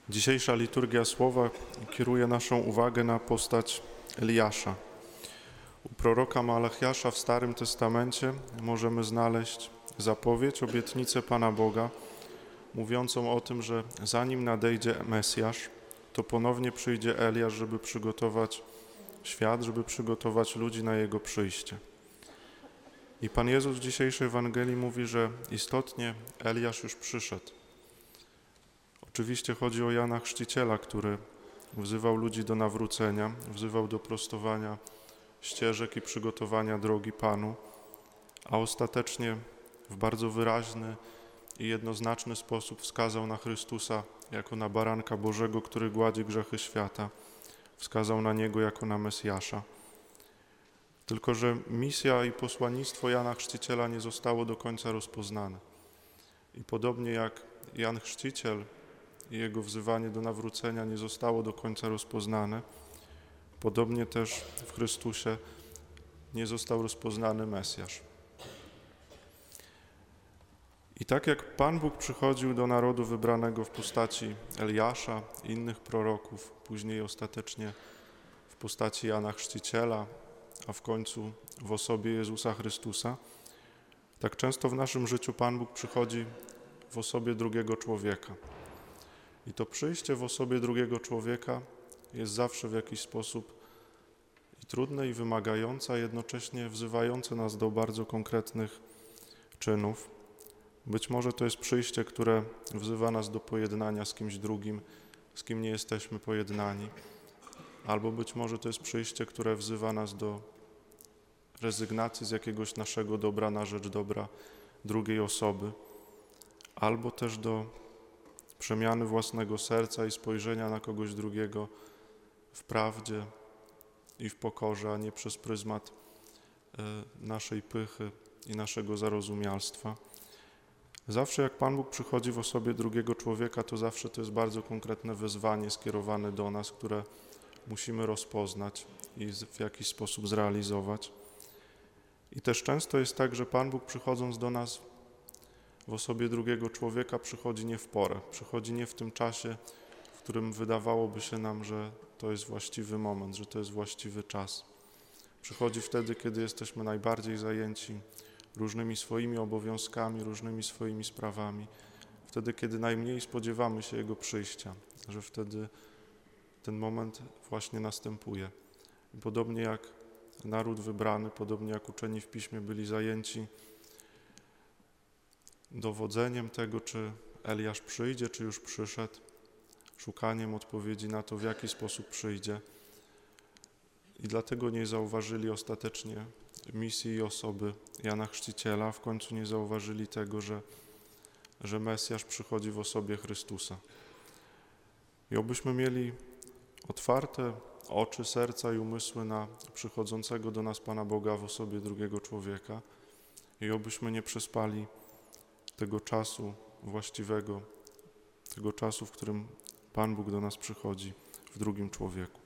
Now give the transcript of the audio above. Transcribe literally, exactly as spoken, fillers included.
Dzisiejsza liturgia słowa kieruje naszą uwagę na postać Eliasza. U proroka Malachiasza w Starym Testamencie możemy znaleźć zapowiedź, obietnicę Pana Boga, mówiącą o tym, że zanim nadejdzie Mesjasz, to ponownie przyjdzie Eliasz, żeby przygotować świat, żeby przygotować ludzi na Jego przyjście. I Pan Jezus w dzisiejszej Ewangelii mówi, że istotnie Eliasz już przyszedł. Oczywiście chodzi o Jana Chrzciciela, który wzywał ludzi do nawrócenia, wzywał do prostowania ścieżek i przygotowania drogi Panu, a ostatecznie w bardzo wyraźny i jednoznaczny sposób wskazał na Chrystusa jako na baranka Bożego, który gładzi grzechy świata. Wskazał na Niego jako na Mesjasza. Tylko że misja i posłannictwo Jana Chrzciciela nie zostało do końca rozpoznane. I podobnie jak Jan Chrzciciel i jego wzywanie do nawrócenia nie zostało do końca rozpoznane, podobnie też w Chrystusie nie został rozpoznany Mesjasz. I tak jak Pan Bóg przychodził do narodu wybranego w postaci Eliasza, innych proroków, później ostatecznie w postaci Jana Chrzciciela, a w końcu w osobie Jezusa Chrystusa, tak często w naszym życiu Pan Bóg przychodzi w osobie drugiego człowieka. I to przyjście w osobie drugiego człowieka jest zawsze w jakiś sposób i trudne, i wymagające, a jednocześnie wzywające nas do bardzo konkretnych czynów. Być może to jest przyjście, które wzywa nas do pojednania z kimś drugim, z kim nie jesteśmy pojednani. Albo być może to jest przyjście, które wzywa nas do rezygnacji z jakiegoś naszego dobra na rzecz dobra drugiej osoby. Albo też do przemiany własnego serca i spojrzenia na kogoś drugiego w prawdzie i w pokorze, a nie przez pryzmat naszej pychy i naszego zarozumialstwa. Zawsze jak Pan Bóg przychodzi w osobie drugiego człowieka, to zawsze to jest bardzo konkretne wezwanie skierowane do nas, które musimy rozpoznać i w jakiś sposób zrealizować. I też często jest tak, że Pan Bóg, przychodząc do nas w osobie drugiego człowieka, przychodzi nie w porę, przychodzi nie w tym czasie, w którym wydawałoby się nam, że to jest właściwy moment, że to jest właściwy czas. Przychodzi wtedy, kiedy jesteśmy najbardziej zajęci różnymi swoimi obowiązkami, różnymi swoimi sprawami. Wtedy, kiedy najmniej spodziewamy się Jego przyjścia, że wtedy ten moment właśnie następuje. I podobnie jak naród wybrany, podobnie jak uczeni w Piśmie byli zajęci dowodzeniem tego, czy Eliasz przyjdzie, czy już przyszedł, szukaniem odpowiedzi na to, w jaki sposób przyjdzie. I dlatego nie zauważyli ostatecznie misji i osoby Jana Chrzciciela, w końcu nie zauważyli tego, że, że Mesjasz przychodzi w osobie Chrystusa. I obyśmy mieli otwarte oczy, serca i umysły na przychodzącego do nas Pana Boga w osobie drugiego człowieka i obyśmy nie przespali tego czasu właściwego, tego czasu, w którym Pan Bóg do nas przychodzi w drugim człowieku.